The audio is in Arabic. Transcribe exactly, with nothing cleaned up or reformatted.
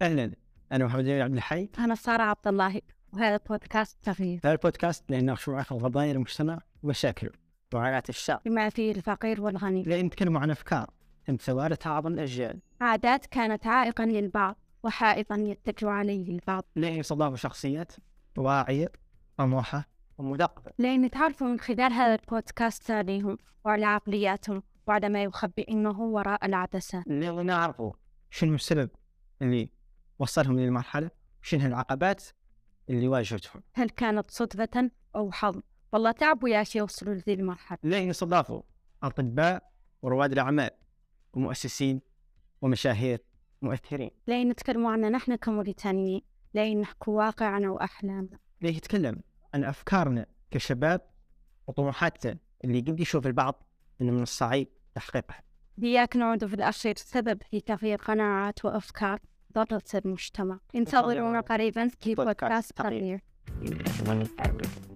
أهلا، أنا محمد عبد الحي. أنا سارة عبد الله، وهذا بودكاست تغيير. هذا البودكاست لنناقش معاكم قضايا المجتمع ومشاكله ومعاناة الشعب، بما فيه الفقير والغني. لنتكلم عن أفكار تمثل عبر الأجيال، عادات كانت عائقا للبعض وحائطا يتكئ عليه البعض. لين يستضاف شخصيات واعية طموحة ومثقفة، لين نتعرف من خلال هذا البودكاست عليهم وعلى عقلياتهم وعلى ما يخبئونه وراء العدسات، اللي نعرفوا شنو السبب اللي وصلهم للمرحلة وشنو العقبات اللي واجهتهم. هل كانت صدفة أو حظ؟ والله تعبوا يا أخي يوصلوا لذي المرحلة. لين يستضافوا أطباء ورواد الأعمال ومؤسسين ومشاهير مؤثرين، لين نتكلموا عنا نحن كموريتانيين، لين نحكوا واقعنا وأحلامنا، لين يتكلم عن أفكارنا كشباب وطموحاتنا اللي قد يشوف البعض إنه من الصعيب تحقيقها. لياك نعود في الأخير سبب في تغيير قناعات وأفكار ضرت المجتمع. انتظرونا قريبا في بودكاست تغيير.